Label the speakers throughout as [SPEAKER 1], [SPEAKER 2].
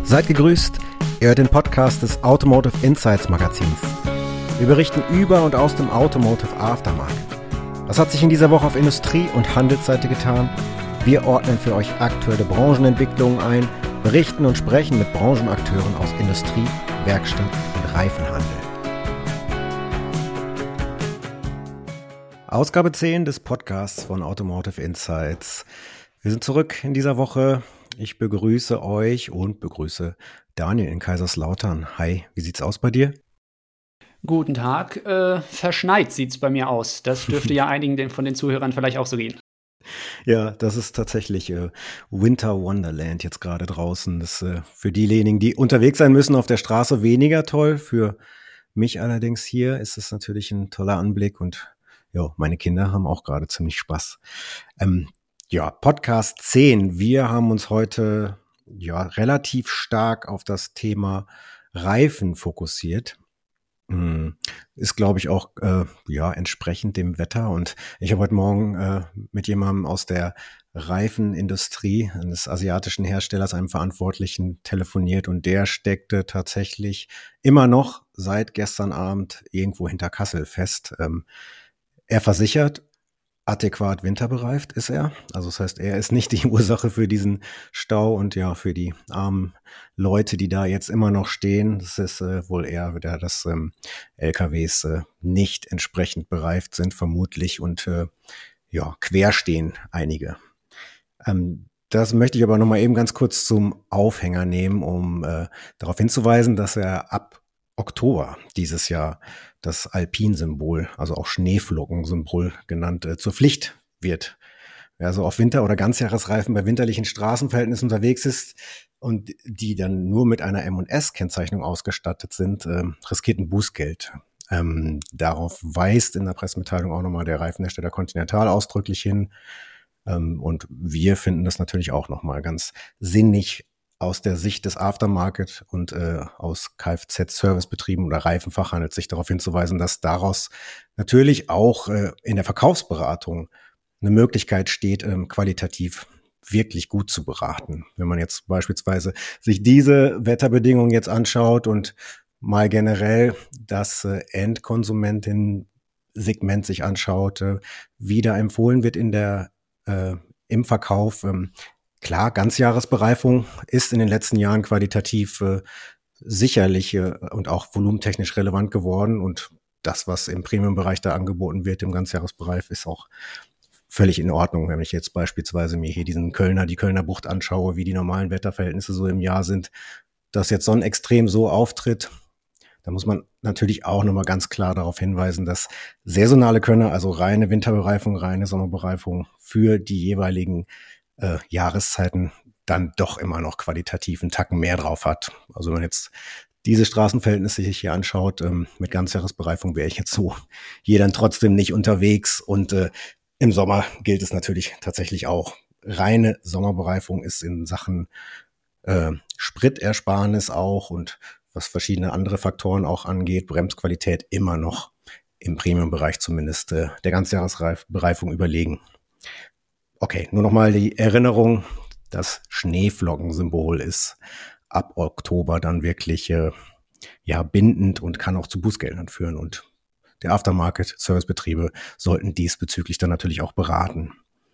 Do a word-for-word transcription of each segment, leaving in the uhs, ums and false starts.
[SPEAKER 1] Seid gegrüßt, ihr hört den Podcast des Automotive Insights Magazins. Wir berichten über und aus dem Automotive Aftermarket. Was hat sich in dieser Woche auf Industrie- und Handelsseite getan? Wir ordnen für euch aktuelle Branchenentwicklungen ein, berichten und sprechen mit Branchenakteuren aus Industrie, Werkstatt und Reifenhandel. Ausgabe zehn des Podcasts von Automotive Insights. Wir sind zurück in dieser Woche. Ich begrüße euch und begrüße Daniel in Kaiserslautern. Hi, wie sieht's aus bei dir?
[SPEAKER 2] Guten Tag. Äh, verschneit sieht's bei mir aus. Das dürfte ja einigen von den Zuhörern vielleicht auch so gehen.
[SPEAKER 1] Ja, das ist tatsächlich äh, Winter Wonderland jetzt gerade draußen. Das ist äh, für diejenigen, die unterwegs sein müssen auf der Straße, weniger toll. Für mich allerdings hier ist es natürlich ein toller Anblick und ja, meine Kinder haben auch gerade ziemlich Spaß. Ähm, ja, Podcast zehn. Wir haben uns heute ja relativ stark auf das Thema Reifen fokussiert. Ist, glaube ich, auch äh, ja entsprechend dem Wetter. Und ich habe heute Morgen äh, mit jemandem aus der Reifenindustrie eines asiatischen Herstellers, einem Verantwortlichen, telefoniert und der steckte tatsächlich immer noch seit gestern Abend irgendwo hinter Kassel fest. Ähm, er versichert, adäquat winterbereift ist er. Also das heißt, er ist nicht die Ursache für diesen Stau und ja, für die armen Leute, die da jetzt immer noch stehen. Das ist äh, wohl eher wieder, dass ähm, L K Ws äh, nicht entsprechend bereift sind, vermutlich, und äh, ja, quer stehen einige. Ähm, das möchte ich aber nochmal eben ganz kurz zum Aufhänger nehmen, um äh, darauf hinzuweisen, dass er ab Oktober dieses Jahr das Alpin-Symbol, also auch Schneeflocken-Symbol genannt, äh, zur Pflicht wird. Wer also auf Winter- oder Ganzjahresreifen bei winterlichen Straßenverhältnissen unterwegs ist und die dann nur mit einer M und S-Kennzeichnung ausgestattet sind, äh, riskiert ein Bußgeld. Ähm, darauf weist in der Pressemitteilung auch nochmal der Reifenhersteller Continental ausdrücklich hin. Ähm, und wir finden das natürlich auch nochmal ganz sinnig, aus der Sicht des Aftermarket und äh, aus Kfz-Servicebetrieben oder Reifenfachhandels sich darauf hinzuweisen, dass daraus natürlich auch äh, in der Verkaufsberatung eine Möglichkeit steht, ähm, qualitativ wirklich gut zu beraten. Wenn man jetzt beispielsweise sich diese Wetterbedingungen jetzt anschaut und mal generell das äh, Endkonsumentin-Segment sich anschaut, äh, wie da empfohlen wird in der äh, im Verkauf. Ähm, Klar, Ganzjahresbereifung ist in den letzten Jahren qualitativ äh, sicherlich äh, und auch volumentechnisch relevant geworden. Und das, was im Premium-Bereich da angeboten wird, im Ganzjahresbereich, ist auch völlig in Ordnung. Wenn ich jetzt beispielsweise mir hier diesen Kölner, die Kölner Bucht anschaue, wie die normalen Wetterverhältnisse so im Jahr sind, dass jetzt Sonnenextrem so auftritt, da muss man natürlich auch nochmal ganz klar darauf hinweisen, dass saisonale Könner, also reine Winterbereifung, reine Sommerbereifung für die jeweiligen Äh, Jahreszeiten dann doch immer noch qualitativ einen Tacken mehr drauf hat. Also wenn man jetzt diese Straßenverhältnisse sich hier anschaut, ähm, mit Ganzjahresbereifung wäre ich jetzt so hier dann trotzdem nicht unterwegs. Und äh, im Sommer gilt es natürlich tatsächlich auch. Reine Sommerbereifung ist in Sachen äh, Spritersparnis auch und was verschiedene andere Faktoren auch angeht, Bremsqualität immer noch im Premium-Bereich zumindest äh, der Ganzjahresbereifung überlegen. Okay, nur nochmal die Erinnerung, das Schneeflockensymbol ist ab Oktober dann wirklich äh, ja bindend und kann auch zu Bußgeldern führen. Und der Aftermarket-Servicebetriebe sollten diesbezüglich dann natürlich auch beraten.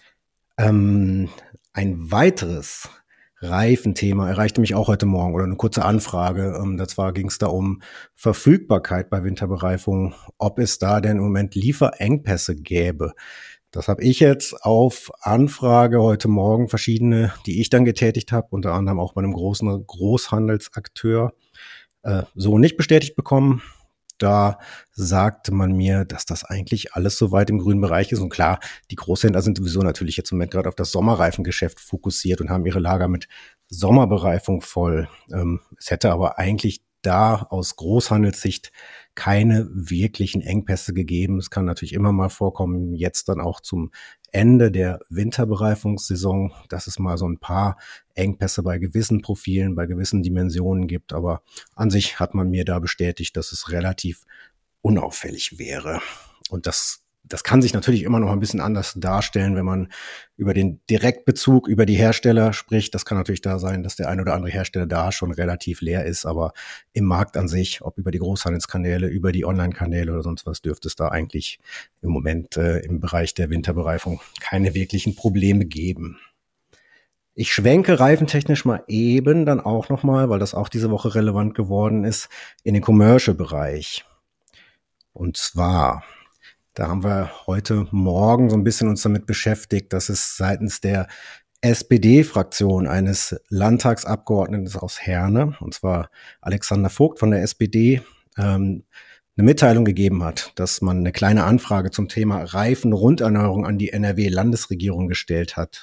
[SPEAKER 1] Ähm, ein weiteres Reifenthema erreichte mich auch heute Morgen oder eine kurze Anfrage. Ähm, und zwar ging es da um Verfügbarkeit bei Winterbereifung, ob es da denn im Moment Lieferengpässe gäbe. Das habe ich jetzt auf Anfrage heute Morgen verschiedene, die ich dann getätigt habe, unter anderem auch bei einem großen Großhandelsakteur, äh, so nicht bestätigt bekommen. Da sagte man mir, dass das eigentlich alles soweit im grünen Bereich ist. Und klar, die Großhändler sind sowieso natürlich jetzt im Moment gerade auf das Sommerreifengeschäft fokussiert und haben ihre Lager mit Sommerbereifung voll. Ähm, es hätte aber eigentlich da aus Großhandelssicht keine wirklichen Engpässe gegeben. Es kann natürlich immer mal vorkommen, jetzt dann auch zum Ende der Winterbereifungssaison, dass es mal so ein paar Engpässe bei gewissen Profilen, bei gewissen Dimensionen gibt. Aber an sich hat man mir da bestätigt, dass es relativ unauffällig wäre. Und das das kann sich natürlich immer noch ein bisschen anders darstellen, wenn man über den Direktbezug, über die Hersteller spricht. Das kann natürlich da sein, dass der ein oder andere Hersteller da schon relativ leer ist, aber im Markt an sich, ob über die Großhandelskanäle, über die Online-Kanäle oder sonst was, dürfte es da eigentlich im Moment äh, im Bereich der Winterbereifung keine wirklichen Probleme geben. Ich schwenke reifentechnisch mal eben dann auch nochmal, weil das auch diese Woche relevant geworden ist, in den Commercial-Bereich. Und zwar, da haben wir heute Morgen so ein bisschen uns damit beschäftigt, dass es seitens der S P D-Fraktion eines Landtagsabgeordneten aus Herne, und zwar Alexander Vogt von der S P D, ähm, eine Mitteilung gegeben hat, dass man eine kleine Anfrage zum Thema Reifenrunderneuerung an die N R W-Landesregierung gestellt hat.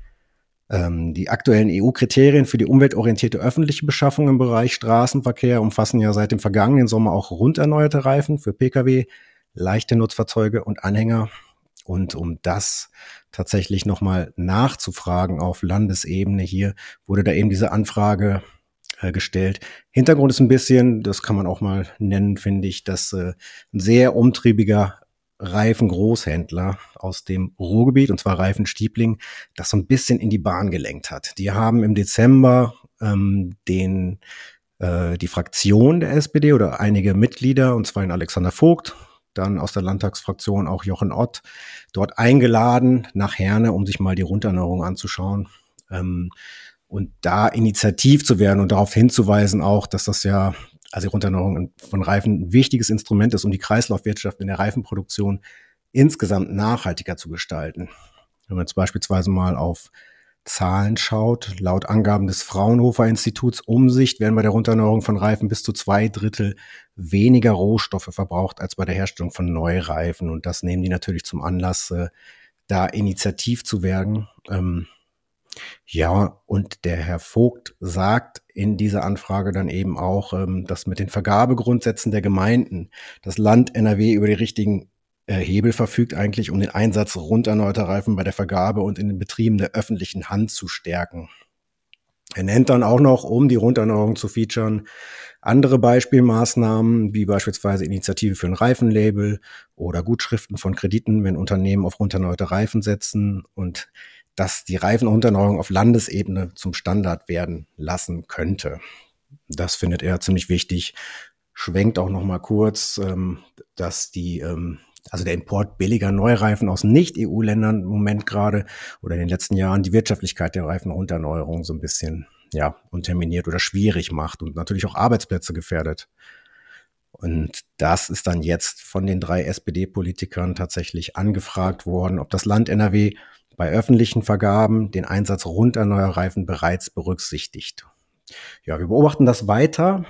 [SPEAKER 1] Ähm, die aktuellen E U-Kriterien für die umweltorientierte öffentliche Beschaffung im Bereich Straßenverkehr umfassen ja seit dem vergangenen Sommer auch runderneuerte Reifen für Pkw, leichte Nutzfahrzeuge und Anhänger. Und um das tatsächlich nochmal nachzufragen auf Landesebene hier, wurde da eben diese Anfrage äh, gestellt. Hintergrund ist ein bisschen, das kann man auch mal nennen, finde ich, dass äh, ein sehr umtriebiger Reifengroßhändler aus dem Ruhrgebiet, und zwar Reifen Stiebling, das so ein bisschen in die Bahn gelenkt hat. Die haben im Dezember ähm, den äh, die Fraktion der S P D oder einige Mitglieder, und zwar in Alexander Vogt, dann aus der Landtagsfraktion auch Jochen Ott, dort eingeladen nach Herne, um sich mal die Runderneuerung anzuschauen ähm, und da initiativ zu werden und darauf hinzuweisen auch, dass das ja also die Runderneuerung von Reifen ein wichtiges Instrument ist, um die Kreislaufwirtschaft in der Reifenproduktion insgesamt nachhaltiger zu gestalten. Wenn man jetzt beispielsweise mal auf Zahlen schaut, laut Angaben des Fraunhofer Instituts Umsicht werden bei der Runderneuerung von Reifen bis zu zwei Drittel weniger Rohstoffe verbraucht als bei der Herstellung von Neureifen. Und das nehmen die natürlich zum Anlass, da initiativ zu werden. Ähm, Ja, und der Herr Vogt sagt in dieser Anfrage dann eben auch, dass mit den Vergabegrundsätzen der Gemeinden das Land N R W über die richtigen Hebel verfügt, eigentlich um den Einsatz runderneuerter Reifen bei der Vergabe und in den Betrieben der öffentlichen Hand zu stärken. Er nennt dann auch noch, um die Runderneuerung zu featuren, andere Beispielmaßnahmen, wie beispielsweise Initiative für ein Reifenlabel oder Gutschriften von Krediten, wenn Unternehmen auf runderneuerte Reifen setzen, und dass die Reifenrunderneuerung auf Landesebene zum Standard werden lassen könnte. Das findet er ziemlich wichtig. Schwenkt auch noch mal kurz, dass die, also der Import billiger Neureifen aus Nicht-E U-Ländern im Moment gerade oder in den letzten Jahren die Wirtschaftlichkeit der Reifenrunderneuerung so ein bisschen ja unterminiert oder schwierig macht und natürlich auch Arbeitsplätze gefährdet. Und das ist dann jetzt von den drei S P D-Politikern tatsächlich angefragt worden, ob das Land N R W bei öffentlichen Vergaben den Einsatz runderneuerter Reifen bereits berücksichtigt. Ja, wir beobachten das weiter.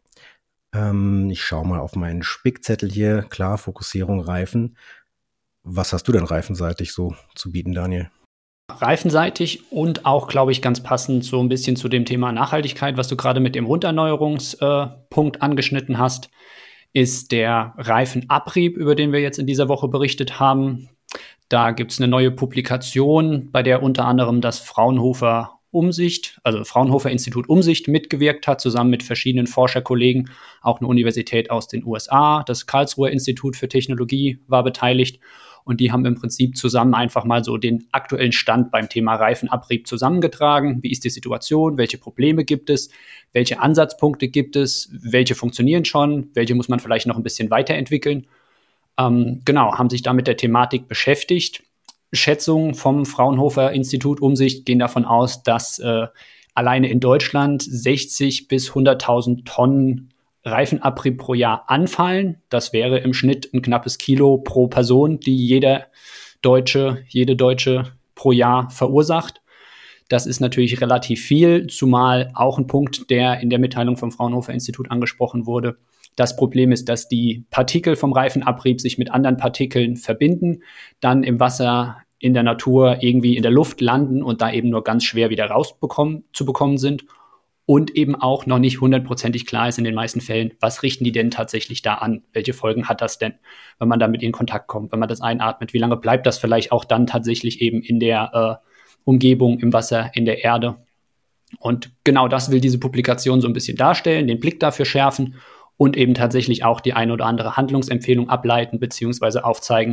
[SPEAKER 1] Ähm, ich schaue mal auf meinen Spickzettel hier. Klar, Fokussierung Reifen. Was hast du denn reifenseitig so zu bieten, Daniel?
[SPEAKER 2] Reifenseitig und auch, glaube ich, ganz passend so ein bisschen zu dem Thema Nachhaltigkeit, was du gerade mit dem Runderneuerungspunkt äh, angeschnitten hast, ist der Reifenabrieb, über den wir jetzt in dieser Woche berichtet haben. Da gibt es eine neue Publikation, bei der unter anderem das Fraunhofer Umsicht, also Fraunhofer Institut Umsicht mitgewirkt hat, zusammen mit verschiedenen Forscherkollegen, auch eine Universität aus den U S A, das Karlsruher Institut für Technologie war beteiligt, und die haben im Prinzip zusammen einfach mal so den aktuellen Stand beim Thema Reifenabrieb zusammengetragen. Wie ist die Situation? Welche Probleme gibt es? Welche Ansatzpunkte gibt es? Welche funktionieren schon? Welche muss man vielleicht noch ein bisschen weiterentwickeln? Ähm, genau, haben sich da mit der Thematik beschäftigt. Schätzungen vom Fraunhofer Institut Umsicht gehen davon aus, dass äh, alleine in Deutschland sechzig bis hunderttausend Tonnen Reifenabrieb pro Jahr anfallen. Das wäre im Schnitt ein knappes Kilo pro Person, die jeder Deutsche, jede Deutsche pro Jahr verursacht. Das ist natürlich relativ viel, zumal auch ein Punkt, der in der Mitteilung vom Fraunhofer Institut angesprochen wurde. Das Problem ist, dass die Partikel vom Reifenabrieb sich mit anderen Partikeln verbinden, dann im Wasser, in der Natur, irgendwie in der Luft landen und da eben nur ganz schwer wieder rausbekommen, zu bekommen sind. Und eben auch noch nicht hundertprozentig klar ist in den meisten Fällen, was richten die denn tatsächlich da an? Welche Folgen hat das denn, wenn man da mit in Kontakt kommt, wenn man das einatmet? Wie lange bleibt das vielleicht auch dann tatsächlich eben in der äh, Umgebung, im Wasser, in der Erde? Und genau das will diese Publikation so ein bisschen darstellen, den Blick dafür schärfen und eben tatsächlich auch die eine oder andere Handlungsempfehlung ableiten beziehungsweise aufzeigen,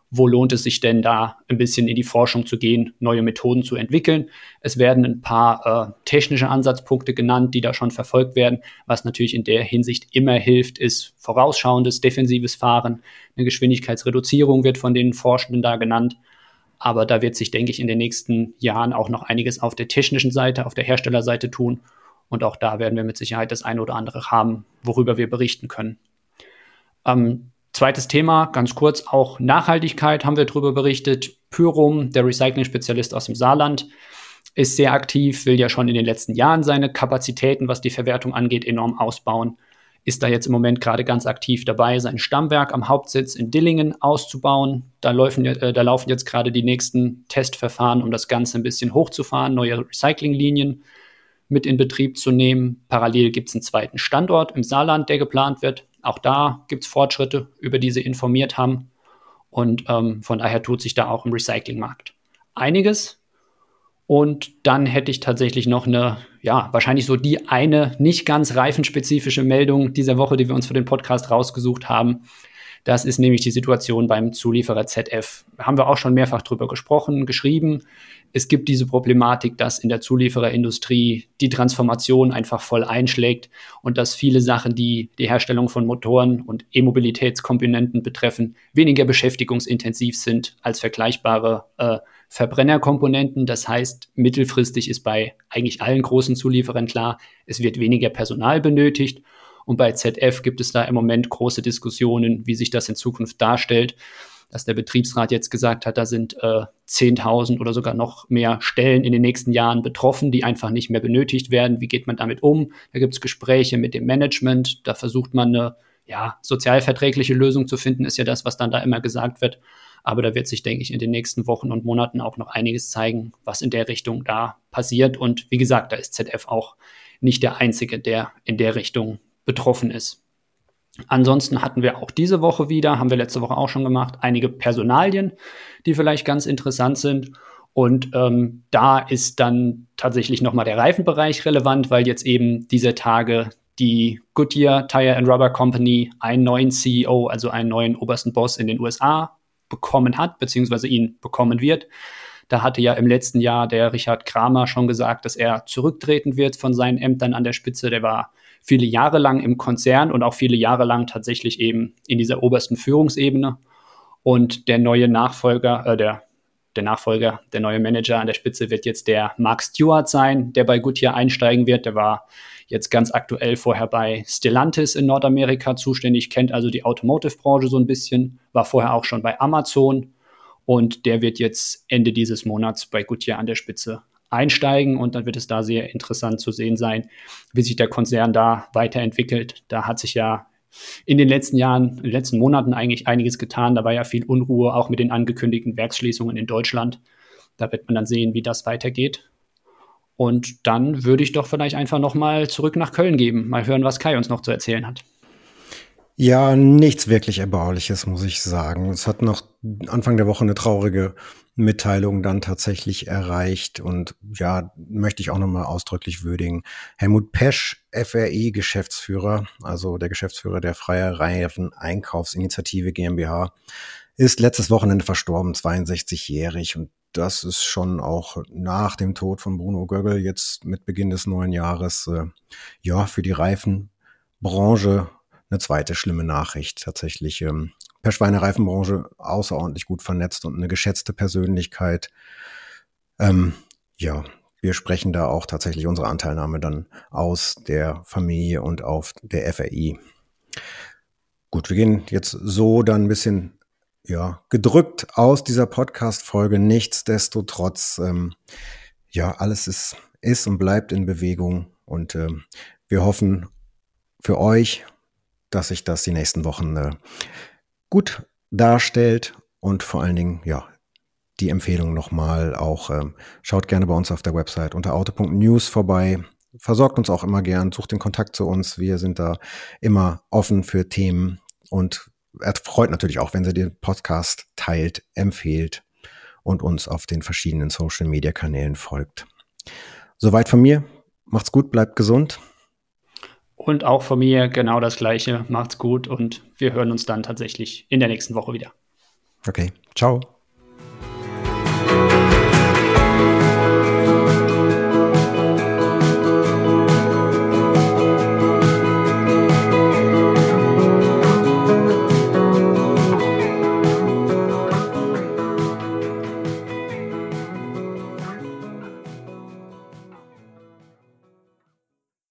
[SPEAKER 2] wo lohnt es sich denn da ein bisschen in die Forschung zu gehen, neue Methoden zu entwickeln. Es werden ein paar äh, technische Ansatzpunkte genannt, die da schon verfolgt werden. Was natürlich in der Hinsicht immer hilft, ist vorausschauendes, defensives Fahren. Eine Geschwindigkeitsreduzierung wird von den Forschenden da genannt. Aber da wird sich, denke ich, in den nächsten Jahren auch noch einiges auf der technischen Seite, auf der Herstellerseite tun. Und auch da werden wir mit Sicherheit das eine oder andere haben, worüber wir berichten können. Ähm, Zweites Thema, ganz kurz, auch Nachhaltigkeit haben wir darüber berichtet. Pyrum, der Recycling-Spezialist aus dem Saarland, ist sehr aktiv, will ja schon in den letzten Jahren seine Kapazitäten, was die Verwertung angeht, enorm ausbauen. Ist da jetzt im Moment gerade ganz aktiv dabei, sein Stammwerk am Hauptsitz in Dillingen auszubauen. Da laufen, äh, da laufen jetzt gerade die nächsten Testverfahren, um das Ganze ein bisschen hochzufahren, neue Recyclinglinien mit in Betrieb zu nehmen. Parallel gibt es einen zweiten Standort im Saarland, der geplant wird. Auch da gibt es Fortschritte, über die sie informiert haben. Und ähm, von daher tut sich da auch im Recyclingmarkt einiges. Und dann hätte ich tatsächlich noch eine, ja, wahrscheinlich so die eine nicht ganz reifenspezifische Meldung dieser Woche, die wir uns für den Podcast rausgesucht haben. Das ist nämlich die Situation beim Zulieferer Z F. Da haben wir auch schon mehrfach drüber gesprochen, geschrieben. Es gibt diese Problematik, dass in der Zuliefererindustrie die Transformation einfach voll einschlägt und dass viele Sachen, die die Herstellung von Motoren und E-Mobilitätskomponenten betreffen, weniger beschäftigungsintensiv sind als vergleichbare äh, Verbrennerkomponenten. Das heißt, mittelfristig ist bei eigentlich allen großen Zulieferern klar, es wird weniger Personal benötigt. Und bei Z F gibt es da im Moment große Diskussionen, wie sich das in Zukunft darstellt. Dass der Betriebsrat jetzt gesagt hat, da sind äh, zehntausend oder sogar noch mehr Stellen in den nächsten Jahren betroffen, die einfach nicht mehr benötigt werden. Wie geht man damit um? Da gibt es Gespräche mit dem Management. Da versucht man eine ja, sozialverträgliche Lösung zu finden, ist ja das, was dann da immer gesagt wird. Aber da wird sich, denke ich, in den nächsten Wochen und Monaten auch noch einiges zeigen, was in der Richtung da passiert. Und wie gesagt, da ist Z F auch nicht der Einzige, der in der Richtung betroffen ist. Ansonsten hatten wir auch diese Woche wieder, haben wir letzte Woche auch schon gemacht, einige Personalien, die vielleicht ganz interessant sind. Und ähm, da ist dann tatsächlich nochmal der Reifenbereich relevant, weil jetzt eben dieser Tage die Goodyear Tire and Rubber Company einen neuen C E O, also einen neuen obersten Boss in den U S A bekommen hat, beziehungsweise ihn bekommen wird. Da hatte ja im letzten Jahr der Richard Kramer schon gesagt, dass er zurücktreten wird von seinen Ämtern an der Spitze. Der war viele Jahre lang im Konzern und auch viele Jahre lang tatsächlich eben in dieser obersten Führungsebene. Und der neue Nachfolger, äh, der, der Nachfolger, der neue Manager an der Spitze wird jetzt der Mark Stewart sein, der bei Goodyear einsteigen wird. Der war jetzt ganz aktuell vorher bei Stellantis in Nordamerika zuständig, kennt also die Automotive-Branche so ein bisschen, war vorher auch schon bei Amazon. Und der wird jetzt Ende dieses Monats bei Goodyear an der Spitze einsteigen. Und dann wird es da sehr interessant zu sehen sein, wie sich der Konzern da weiterentwickelt. Da hat sich ja in den letzten Jahren, in den letzten Monaten eigentlich einiges getan. Da war ja viel Unruhe, auch mit den angekündigten Werksschließungen in Deutschland. Da wird man dann sehen, wie das weitergeht. Und dann würde ich doch vielleicht einfach noch mal zurück nach Köln geben. Mal hören, was Kai uns noch zu erzählen hat.
[SPEAKER 1] Ja, nichts wirklich Erbauliches, muss ich sagen. Es hat noch Anfang der Woche eine traurige Mitteilung dann tatsächlich erreicht. Und ja, möchte ich auch nochmal ausdrücklich würdigen. Helmut Pesch, F R I-Geschäftsführer, also der Geschäftsführer der Freie Reifen Einkaufsinitiative GmbH, ist letztes Wochenende verstorben, zweiundsechzigjährig. Und das ist schon auch nach dem Tod von Bruno Göggel jetzt mit Beginn des neuen Jahres, äh, ja, für die Reifenbranche eine zweite schlimme Nachricht. Tatsächlich ähm, Pesch war in der Reifenbranche außerordentlich gut vernetzt und eine geschätzte Persönlichkeit. Ähm, ja, wir sprechen da auch tatsächlich unsere Anteilnahme dann aus der Familie und auf der F R I. Gut, wir gehen jetzt so dann ein bisschen ja gedrückt aus dieser Podcast-Folge. Nichtsdestotrotz, ähm, ja, alles ist, ist und bleibt in Bewegung. Und ähm, wir hoffen für euch, dass sich das die nächsten Wochen äh, gut darstellt und vor allen Dingen, ja, die Empfehlung nochmal auch, ähm, schaut gerne bei uns auf der Website unter auto punkt news vorbei, versorgt uns auch immer gern, sucht den Kontakt zu uns, wir sind da immer offen für Themen und freut natürlich auch, wenn ihr den Podcast teilt, empfehlt und uns auf den verschiedenen Social-Media-Kanälen folgt. Soweit von mir, macht's gut, bleibt gesund.
[SPEAKER 2] Und auch von mir genau das Gleiche. Macht's gut und wir hören uns dann tatsächlich in der nächsten Woche wieder.
[SPEAKER 1] Okay, ciao. Ciao.